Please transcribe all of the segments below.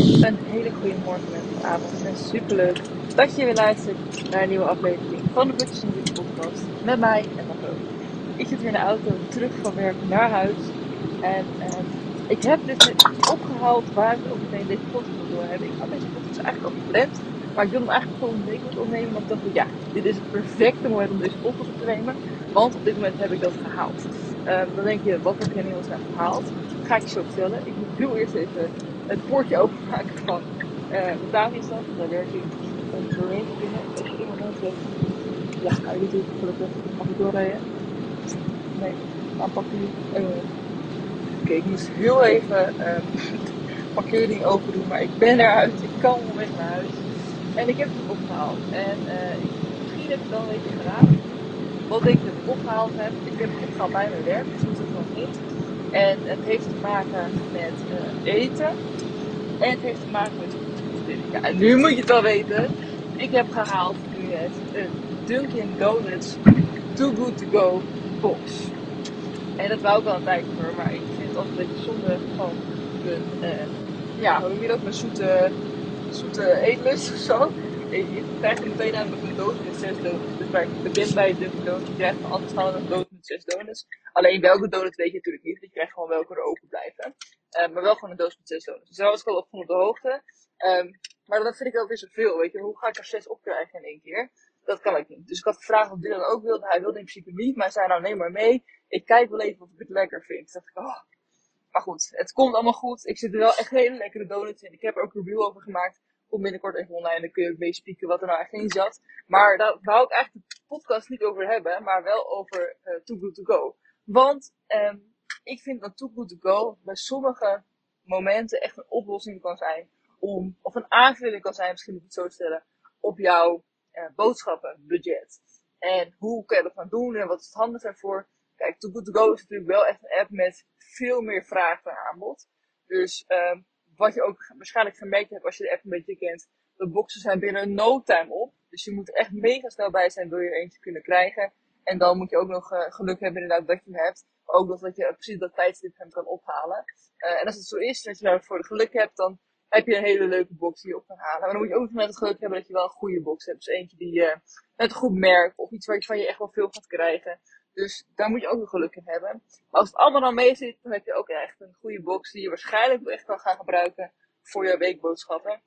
Een hele goede morgen, middag of avond en superleuk dat je weer luistert naar een nieuwe aflevering van de Butjes en Bloed podcast met mij en Margot. Ik zit weer in de auto terug van werk naar huis en ik heb dus net iets opgehaald waar ik ook meteen deze podcast over wil hebben. Ik had deze podcast eigenlijk al gepland, maar ik wilde hem eigenlijk volgende week wat opnemen, want ik dacht ja, dit is het perfecte moment om deze podcast op te nemen, want op dit moment heb ik dat gehaald. Dan denk je, wat heb je inmiddels nou gehaald? Ga ik je zo vertellen. Ik moet heel eerst even het poortje openmaken van mijn tuininstand, want daar werk ik, om doorheen te kunnen. Even 1 moment weg. Ja, hij doet het gelukkig. Mag ik doorrijden? Nee, aanpakken nu. 1 moment. Oké, ik moest heel even het parkeerding open doen, maar ik ben eruit. Ik kan wel weg naar huis. En ik heb het dus opgehaald. En misschien heb je het al een beetje geraden. Wat denk je dat ik opgehaald heb? Ik heb het opgehaald bij mijn werk, misschien is dat wel een hint. En het heeft te maken met eten. En het heeft te maken met voedselvoorziening. Ja, en nu moet je het wel weten. Ik heb gehaald nu net een Dunkin' Donuts Too Good To Go box. En dat wou ik al een tijdje voor, maar ik vind het altijd een beetje zonde van mijn, ja, hoe noem je dat? Mijn zoete eetlust of zo. Je krijgt er meteen namelijk een doos met 6 donuts. Dus waar ik begin bij Dunkin' Donuts, je krijgt van altijd gewoon een doos met 6 donuts. Alleen welke donut weet je natuurlijk niet, want je krijgt gewoon welke er open blijven. Maar wel gewoon een doos met 6 donuts. Dus daar was ik al op de hoogte. Maar dat vind ik ook weer zoveel, weet je. Hoe ga ik er 6 opkrijgen in 1 keer? Dat kan ik niet. Dus ik had gevraagd of Dylan ook wilde. Hij wilde in principe niet, maar hij zei nou neem maar mee. Ik kijk wel even of ik het lekker vind. Toen dacht ik, oh. Maar goed, het komt allemaal goed. Ik zit er wel echt hele lekkere donuts in. Ik heb er ook een review over gemaakt. Komt binnenkort even online. Dan kun je ook meespieken wat er nou echt in zat. Maar daar wou ik eigenlijk de podcast niet over hebben. Maar wel over Too Good To Go. Want ik vind dat Too Good To Go bij sommige momenten echt een oplossing kan zijn. Of een aanvulling kan zijn, misschien moet ik het zo stellen. Op jouw boodschappenbudget. En hoe kan je dat gaan doen en wat is het handig daarvoor? Kijk, Too Good To Go is natuurlijk wel echt een app met veel meer vraag dan aanbod. Dus wat je ook waarschijnlijk gemerkt hebt als je de app een beetje kent. De boxen zijn binnen no time op. Dus je moet er echt mega snel bij zijn, wil je er eentje kunnen krijgen. En dan moet je ook nog geluk hebben inderdaad dat je hem hebt. Maar ook nog dat je precies dat tijdstip hem kan ophalen. En als het zo is, dat je daarvoor de geluk hebt, dan heb je een hele leuke box die je op kan halen. Maar dan moet je ook nog net het geluk hebben dat je wel een goede box hebt. Dus eentje die met een goed merk of iets waarvan je echt wel veel gaat krijgen. Dus daar moet je ook nog geluk in hebben. Maar als het allemaal dan mee zit, dan heb je ook echt een goede box die je waarschijnlijk echt kan gaan gebruiken voor je weekboodschappen.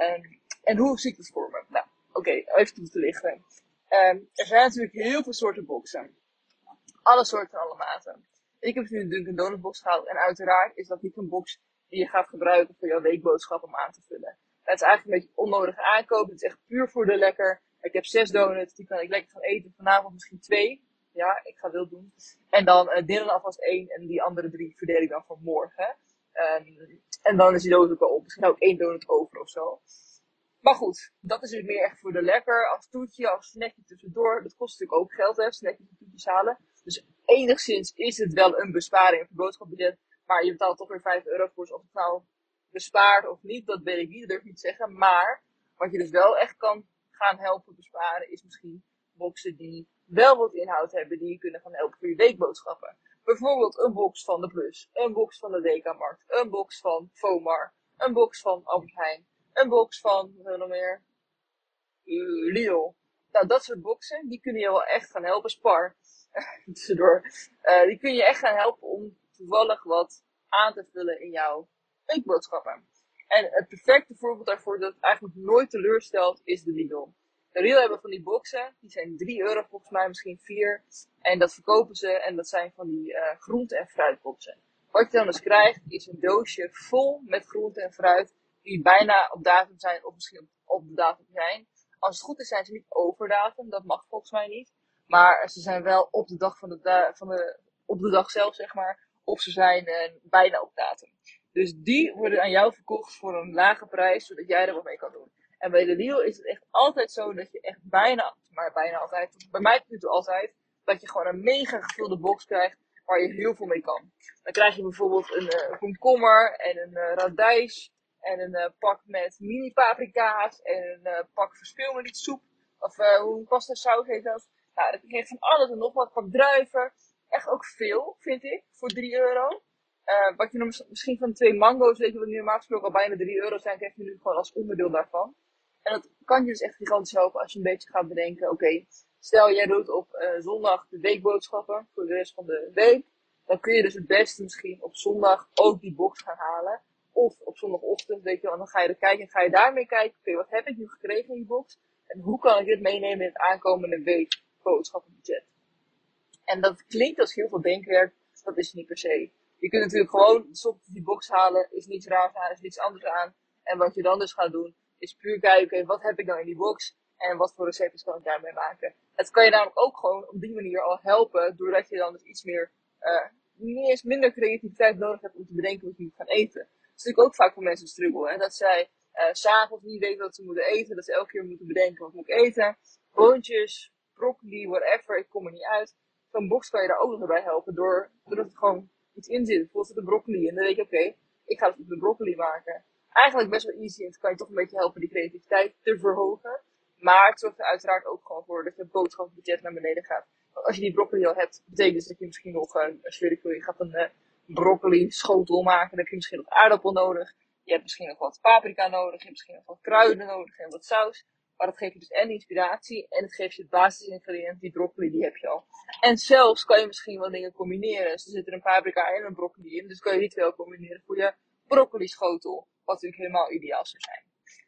En hoe zie ik het voor me? Nou, oké, even toe te lichten. Er zijn natuurlijk heel veel soorten boxen. Alle soorten en alle maten. Ik heb nu een Dunkin' Donut box gehaald. En uiteraard is dat niet een box die je gaat gebruiken voor jouw weekboodschap om aan te vullen. Het is eigenlijk een beetje onnodige aankoop. Het is echt puur voor de lekker. Ik heb 6 donuts, die kan ik lekker gaan eten. Vanavond misschien 2. Ja, ik ga wild doen. En dan Dylan alvast 1 en die andere 3 verdeel ik dan voor morgen. En dan is die doos ook al op. Misschien ook 1 donut over of zo. Maar goed, dat is dus meer echt voor de lekker, als toetje, als snackje tussendoor. Dat kost natuurlijk ook geld, hè, snackjes en toetjes halen. Dus enigszins is het wel een besparing op je boodschapbudget. Maar je betaalt toch weer 5 euro voor. Dus of het nou bespaart of niet, dat weet ik niet, dat durf ik niet te zeggen. Maar wat je dus wel echt kan gaan helpen besparen, is misschien boxen die wel wat inhoud hebben, die je kunnen gaan helpen voor je weekboodschappen. Bijvoorbeeld een box van de Plus, een box van de DK-markt, een box van Fomar, een box van Albert Heijn, een box van, wat hebben we nog meer? Lidl. Nou, dat soort boxen, die kunnen je wel echt gaan helpen. Spar, tussendoor. Die kun je echt gaan helpen om toevallig wat aan te vullen in jouw weekboodschappen. En het perfecte voorbeeld daarvoor, dat het eigenlijk nooit teleurstelt, is de Lidl. De Lidl hebben van die boxen, die zijn 3 euro volgens mij, misschien 4. En dat verkopen ze en dat zijn van die groente- en fruitboxen. Wat je dan dus krijgt, is een doosje vol met groente en fruit die bijna op datum zijn of misschien op de datum zijn. Als het goed is zijn ze niet over datum, dat mag volgens mij niet. Maar ze zijn wel op de dag op de dag zelf, zeg maar. Of ze zijn bijna op datum. Dus die worden aan jou verkocht voor een lage prijs, zodat jij er wat mee kan doen. En bij de Lidl is het echt altijd zo dat je echt bijna altijd, bij mij tot nu toe altijd, dat je gewoon een mega gevulde box krijgt waar je heel veel mee kan. Dan krijg je bijvoorbeeld een komkommer en een radijs en een pak met mini paprika's en een pak verspilmeliet soep. Of hoe pasta saus heet dat. Nou, dan krijg je van alles en nog wat. Pak druiven. Echt ook veel, vind ik, voor 3 euro. Wat je dan misschien van 2 mango's, weet je, wat nu normaal gesproken al bijna 3 euro zijn, krijg je nu gewoon als onderdeel daarvan. En dat kan je dus echt gigantisch helpen als je een beetje gaat bedenken, oké, stel jij doet op zondag de weekboodschappen voor de rest van de week. Dan kun je dus het beste misschien op zondag ook die box gaan halen. Of op zondagochtend, weet je wel, en dan ga je er kijken en ga je daarmee kijken, oké, wat heb ik nu gekregen in die box? En hoe kan ik dit meenemen in het aankomende week boodschappenbudget? En dat klinkt als heel veel denkwerk, dat is het niet per se. Je kunt natuurlijk gewoon 's ochtends die box halen, is niets raars aan, is niets anders aan. En wat je dan dus gaat doen, is puur kijken, oké, wat heb ik nou in die box? En wat voor recepten kan ik daarmee maken? Het kan je namelijk ook gewoon op die manier al helpen, doordat je dan dus iets meer, niet eens minder creativiteit nodig hebt om te bedenken wat je moet gaan eten. Dat is natuurlijk ook vaak voor mensen een struggle, hè? Dat zij 'S'avonds niet weten wat ze moeten eten, dat ze elke keer moeten bedenken wat moet ik eten. Boontjes, broccoli, whatever, ik kom er niet uit. Zo'n box kan je daar ook nog bij helpen, doordat er gewoon iets in zit. Bijvoorbeeld de broccoli. En dan weet je, oké, ik ga het op de broccoli maken. Eigenlijk best wel easy en het kan je toch een beetje helpen die creativiteit te verhogen. Maar het zorgt er uiteraard ook gewoon voor dat je boodschappenbudget naar beneden gaat. Want als je die broccoli al hebt, betekent dus dat je misschien nog je gaat een broccoli schotel maken. Dan heb je misschien nog aardappel nodig. Je hebt misschien nog wat paprika nodig. Je hebt misschien nog wat kruiden nodig en wat saus. Maar dat geeft je dus en inspiratie en het geeft je het basisingrediënt, die broccoli, die heb je al. En zelfs kan je misschien wel dingen combineren. Dus er zit er een paprika en een broccoli in. Dus kan je die twee wel combineren voor je broccoli schotel. Wat natuurlijk helemaal ideaal zou zijn.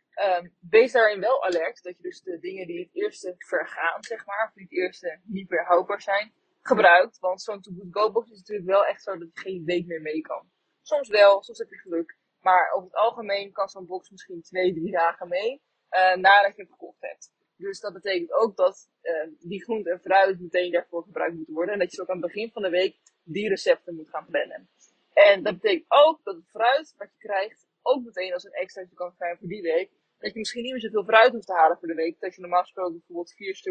Wees daarin wel alert dat je dus de dingen die het eerste vergaan, zeg maar, of die het eerste niet meer houdbaar zijn, gebruikt. Want zo'n Too Good Go box is natuurlijk wel echt zo dat je geen week meer mee kan. Soms wel, soms heb je geluk. Maar over het algemeen kan zo'n box misschien 2, 3 dagen mee, nadat je hem gekocht hebt. Dus dat betekent ook dat die groente en fruit meteen daarvoor gebruikt moeten worden. En dat je ook aan het begin van de week die recepten moet gaan plannen. En dat betekent ook dat het fruit wat je krijgt ook meteen als een extraatje kan krijgen voor die week. Dat je misschien niet meer zoveel fruit hoeft te halen voor de week. Dat je normaal gesproken bijvoorbeeld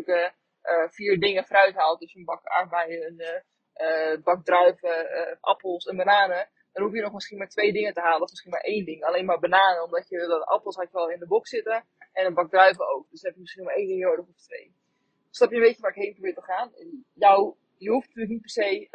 4 dingen fruit haalt. Dus een bak aardbeien, een bak druiven, appels en bananen. Dan hoef je nog misschien maar 2 dingen te halen. Of misschien maar 1 ding. Alleen maar bananen. Omdat je de appels had je al in de box zitten. En een bak druiven ook. Dus dan heb je misschien maar 1 ding nodig of 2. Snap je een beetje waar ik heen probeer te gaan? Je hoeft natuurlijk niet per se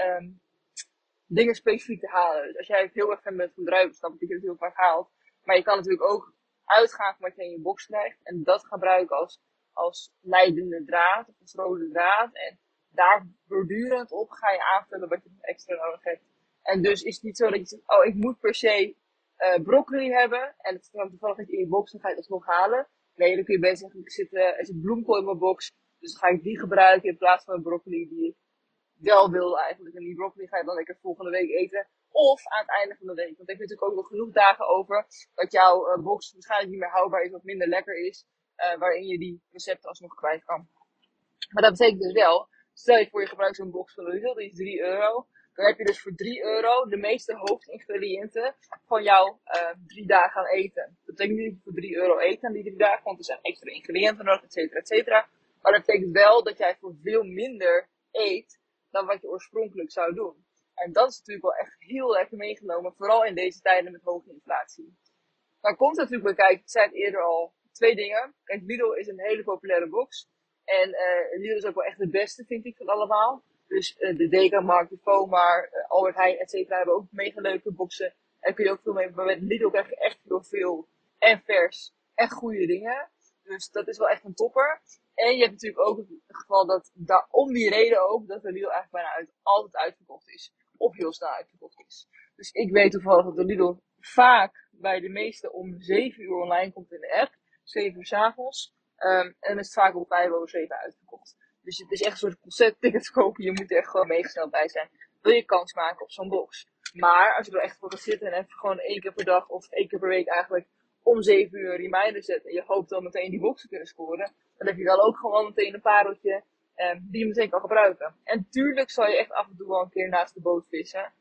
dingen specifiek te halen. Dus als jij heel erg fan bent van druiven, snap ik dat je het heel vaak haalt. Maar je kan natuurlijk ook uitgaan van wat je in je box krijgt. En dat gebruiken als leidende draad of als rode draad. En daar voortdurend op ga je aanvullen wat je extra nodig hebt. En dus is het niet zo dat je zegt, oh, ik moet per se broccoli hebben. En het staat toevallig niet in je box, dan ga je het alsnog halen. Nee, dan kun je beter zeggen, er zit bloemkool in mijn box. Dus dan ga ik die gebruiken in plaats van een broccoli die ik wel wil eigenlijk. En die broccoli ga je dan lekker volgende week eten. Of aan het einde van de week. Want ik heb natuurlijk ook nog genoeg dagen over dat jouw box waarschijnlijk niet meer houdbaar is of minder lekker is. Waarin je die recepten alsnog kwijt kan. Maar dat betekent dus wel, stel je voor je gebruikt zo'n box van Lidl, die is 3 euro. Dan heb je dus voor 3 euro de meeste hoofdingrediënten van jouw 3 dagen aan eten. Dat betekent niet dat je voor 3 euro eet aan die 3 dagen, want er zijn extra ingrediënten nodig, et cetera, et cetera. Maar dat betekent wel dat jij voor veel minder eet dan wat je oorspronkelijk zou doen. En dat is natuurlijk wel echt heel lekker meegenomen, vooral in deze tijden met hoge inflatie. Dan komt er natuurlijk bij kijken, ik zei het eerder al, 2 dingen. Kijk, Lidl is een hele populaire box. En Lidl is ook wel echt de beste, vind ik, van allemaal. Dus de Dekamarkt, de Fomar, Albert Heijn, et cetera, hebben ook mega leuke boxen. En kun je ook veel mee, maar met Lidl krijg je echt heel veel en vers en goede dingen. Dus dat is wel echt een topper. En je hebt natuurlijk ook het geval dat om die reden ook, dat de Lidl eigenlijk bijna altijd uitverkocht is. Of heel snel uitverkocht is. Dus ik weet toevallig dat de Lidl vaak bij de meeste om 7 uur online komt in de app. 7 uur 's avonds. En dan is het vaak om 5 over 7 uitverkocht. Dus het is echt een soort concerttickets kopen. Je moet er echt gewoon meegesneld bij zijn. Wil je kans maken op zo'n box. Maar als je er echt voor gaat zitten en even gewoon 1 keer per dag of 1 keer per week eigenlijk om 7 uur een reminder zet. En je hoopt dan meteen die box te kunnen scoren. Dan heb je wel ook gewoon meteen een pareltje die je meteen kan gebruiken. En tuurlijk zal je echt af en toe wel een keer naast de boot vissen.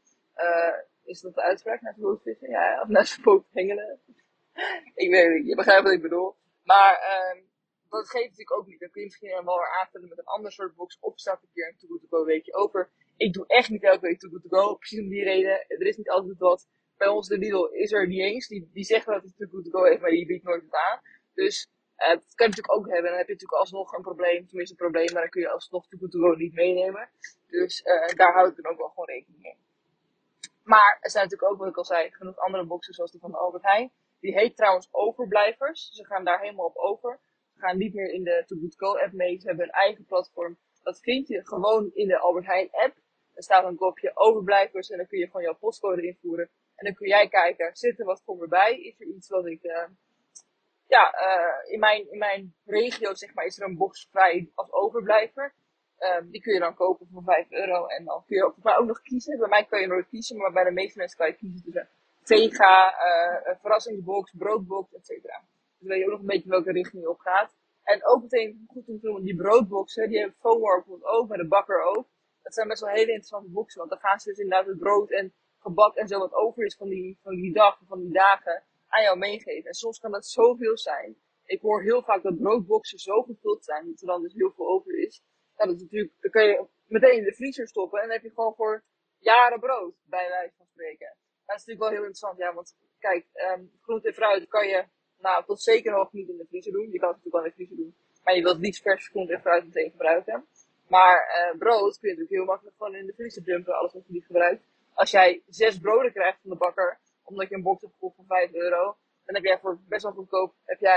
Is dat de uitspraak? Naast de boot vissen? Ja, of naast de boot hengelen? Ik weet het niet. Je begrijpt wat ik bedoel. Maar dat geeft natuurlijk ook niet. Dan kun je misschien helemaal weer aanvullen met een ander soort box. Of staat een keer een Too Good To Go weekje over. Ik doe echt niet elke week Too Good To Go. Precies om die reden. Er is niet altijd wat. Bij ons de Lidl is er niet eens. Die zeggen dat het Too Good To Go heeft, maar die biedt nooit wat aan. Dus dat kan je natuurlijk ook hebben. Dan heb je natuurlijk alsnog een probleem. Tenminste een probleem, maar dan kun je alsnog Too Good To Go niet meenemen. Dus daar houd ik dan ook wel gewoon rekening mee. Maar er zijn natuurlijk ook, wat ik al zei, genoeg andere boxen zoals die van de Albert Heijn. Die heet trouwens Overblijvers. Ze gaan daar helemaal op over. Ze gaan niet meer in de Too Good To Go app mee. Ze hebben een eigen platform. Dat vind je gewoon in de Albert Heijn app. Er staat een kopje Overblijvers en dan kun je gewoon jouw postcode invoeren. En dan kun jij kijken, zit er wat voor me bij? Is er iets wat ik in mijn regio, zeg maar, is er een box vrij als overblijver. Die kun je dan kopen voor €5. En dan kun je volgens mij ook nog kiezen. Bij mij kan je nooit kiezen, maar bij de meeste mensen kan je kiezen tussen vega, verrassingsbox, broodbox, etc. Dus dan weet je ook nog een beetje welke richting je op gaat. En ook meteen goed om te doen, die broodboxen, die hebben FOMO bijvoorbeeld ook, maar de bakker ook. Dat zijn best wel hele interessante boxen, want dan gaan ze dus inderdaad het brood en gebak en zo wat over is van die dag, van die dagen, aan jou meegeven. En soms kan dat zoveel zijn. Ik hoor heel vaak dat broodboxen zo gevuld zijn, dat er dan dus heel veel over is. Ja, dat is natuurlijk, dan kun je meteen in de vriezer stoppen en dan heb je gewoon voor jaren brood, bij wijze van spreken. Dat is natuurlijk wel heel interessant, ja, want kijk, groente en fruit kan je, nou, tot zeker nog niet in de vriezer doen. Je kan het natuurlijk wel in de vriezer doen, maar je wilt het liefst vers groente en fruit meteen gebruiken. Maar brood kun je natuurlijk heel makkelijk gewoon in de vriezer dumpen, alles wat je niet gebruikt. Als jij 6 broden krijgt van de bakker, omdat je een box hebt gekocht voor €5, dan heb jij voor best wel goedkoop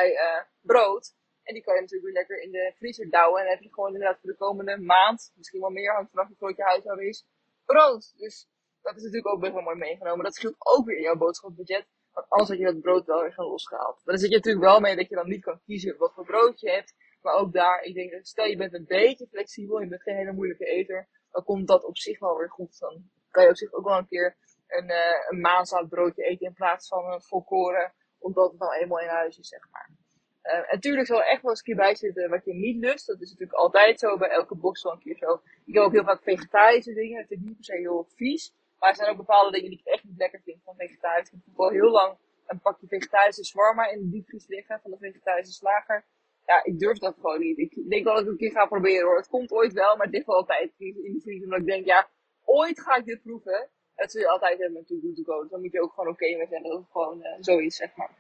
brood. En die kan je natuurlijk weer lekker in de vriezer douwen. En dan heb je gewoon inderdaad voor de komende maand, misschien wel meer, hangt vanaf hoe groot je huishouden is, brood. Dus dat is natuurlijk ook best wel mooi meegenomen. Dat scheelt ook weer in jouw boodschapbudget. Want anders had je dat brood wel weer gaan losgehaald. Maar dan zit je natuurlijk wel mee dat je dan niet kan kiezen wat voor brood je hebt. Maar ook daar, ik denk, stel je bent een beetje flexibel, je bent geen hele moeilijke eter, dan komt dat op zich wel weer goed. Dan kan je op zich ook wel een keer een maanzaadbroodje eten in plaats van een volkoren, omdat het nou eenmaal in huis is, zeg maar. En natuurlijk zal er echt wel eens een keer bij zitten wat je niet lust. Dat is natuurlijk altijd zo, bij elke box wel een keer zo. Ik heb ook heel vaak vegetarische dingen, dat vind ik niet per se heel vies. Maar er zijn ook bepaalde dingen die ik echt niet lekker vind van vegetarisch. Ik heb al heel lang een pakje vegetarische shawarma in de diepvries liggen van de vegetarische slager. Ja, ik durf dat gewoon niet. Ik denk wel dat ik het een keer ga proberen hoor. Het komt ooit wel, maar het ligt wel altijd in de vriezer. Omdat ik denk, ja, ooit ga ik dit proeven. Dat zul je altijd hebben met Too Good To Go. Dus dan moet je ook gewoon oké mee zijn dat het gewoon zo is, zeg maar.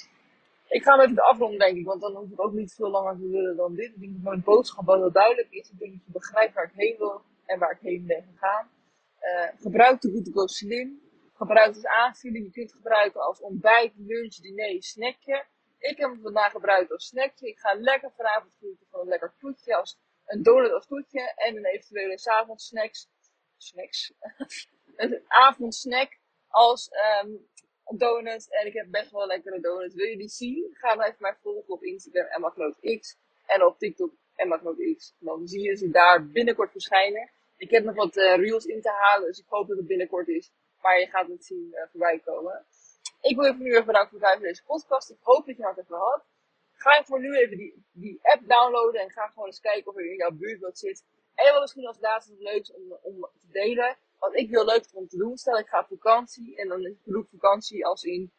Ik ga hem even afronden, denk ik, want dan hoef ik ook niet veel langer te willen dan dit. Ik denk dat mijn boodschap wel heel duidelijk is. Ik denk dat je begrijpt waar ik heen wil en waar ik heen ben gegaan. Gebruik de Good To Go slim. Gebruik het als aanvulling. Je kunt het gebruiken als ontbijt, lunch, diner, snackje. Ik heb het vandaag gebruikt als snackje. Ik ga lekker vanavond genieten van een lekker toetje, als een donut als toetje en een eventuele 's avonds snacks. Een avondsnack als donuts. En ik heb best wel lekkere donuts. Wil je die zien? Ga dan even mij volgen op Instagram EmmaGrootX. En op TikTok EmmaGrootX. Dan zie je ze daar binnenkort verschijnen. Ik heb nog wat reels in te halen. Dus ik hoop dat het binnenkort is. Maar je gaat het zien voorbij komen. Ik wil je voor nu even bedanken voor het luisteren naar deze podcast. Ik hoop dat je het hebt gehad. Ga voor nu even die app downloaden. En ga gewoon eens kijken of er in jouw buurt wat zit. En wat misschien als laatste wat leuks om te delen. Wat ik heel leuk vind om te doen. Stel ik ga op vakantie. En dan bedoel ik vakantie als in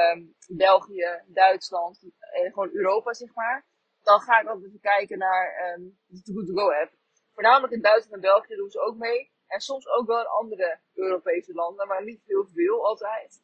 België, Duitsland. En gewoon Europa zeg maar. Dan ga ik altijd even kijken naar de Too Good To Go app. Voornamelijk in Duitsland en België doen ze ook mee. En soms ook wel in andere Europese landen. Maar niet heel veel altijd.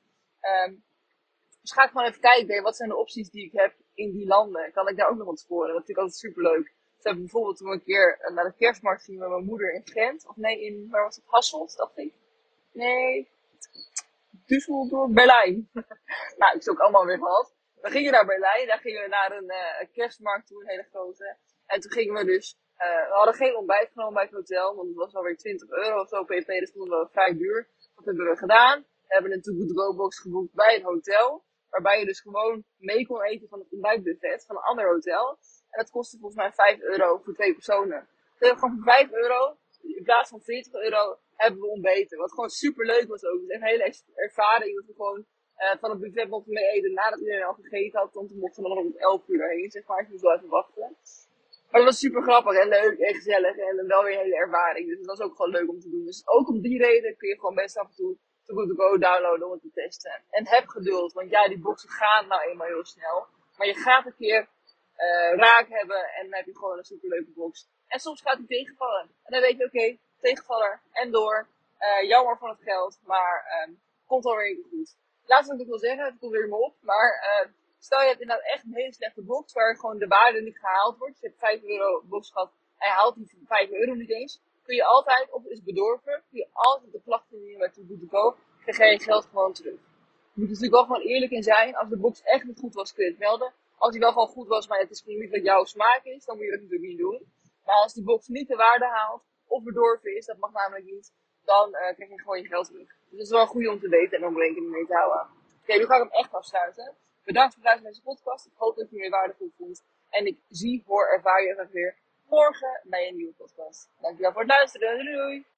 Dus ga ik gewoon even kijken, wat zijn de opties die ik heb in die landen? Kan ik daar ook nog wat scoren? Dat vind ik altijd super leuk. Dus heb ik bijvoorbeeld toen een keer naar de kerstmarkt ging met mijn moeder in Gent. Of nee, waar was het? Hasselt, dacht ik. Nee, Düsseldorf, Berlijn. Nou, ik heb ook allemaal weer gehad. We gingen naar Berlijn, daar gingen we naar een kerstmarkt toe, een hele grote. En toen gingen we dus, we hadden geen ontbijt genomen bij het hotel, want het was alweer €20 of zo pp. Dat vond we wel vrij duur. Wat hebben we gedaan? We hebben een Too Good To Go box geboekt bij het hotel. Waarbij je dus gewoon mee kon eten van het ontbijtbuffet van een ander hotel. En dat kostte volgens mij €5 voor 2 personen. Dus we hebben gewoon voor €5, in plaats van €40, hebben we ontbeten. Wat gewoon super leuk was ook. Het is echt een hele ervaring dat we gewoon van het buffet mochten mee eten nadat iedereen al gegeten had. Want we mochten we nog om 11 uur heen, zeg maar. Ik moest wel even wachten. Maar dat was super grappig en leuk en gezellig en wel weer een hele ervaring. Dus dat was ook gewoon leuk om te doen. Dus ook om die reden kun je gewoon best af en toe Too Good To Go downloaden om het te testen. En heb geduld, want ja, die boxen gaan nou eenmaal heel snel. Maar je gaat een keer raak hebben en dan heb je gewoon een superleuke box. En soms gaat die tegenvallen. En dan weet je, oké, tegenvaller en door. Jammer van het geld, maar komt alweer even goed. Laatst wat ik wil zeggen, het komt weer me op, maar stel je hebt inderdaad echt een hele slechte box waar gewoon de waarde niet gehaald wordt. Je hebt €5 box gehad en je haalt die €5 niet eens. Kun je altijd, of is bedorven, kun je altijd de klachten indienen bij Too Good To Go. krijg jij je geld gewoon terug. Je moet er natuurlijk wel gewoon eerlijk in zijn. Als de box echt niet goed was, kun je het melden. Als die wel gewoon goed was, maar het is gewoon niet wat jouw smaak is, dan moet je dat natuurlijk niet doen. Maar als die box niet de waarde haalt, of bedorven is, dat mag namelijk niet, dan krijg je gewoon je geld terug. Dus dat is wel een goede om te weten en om rekening mee te houden. Oké, nu ga ik hem echt afsluiten. Bedankt voor het luisteren naar deze podcast. Ik hoop dat je hem weer waardevol vond. En ik zie, hoor, ervaar je graag weer morgen bij een nieuwe podcast. Dankjewel voor het luisteren. Doei doei!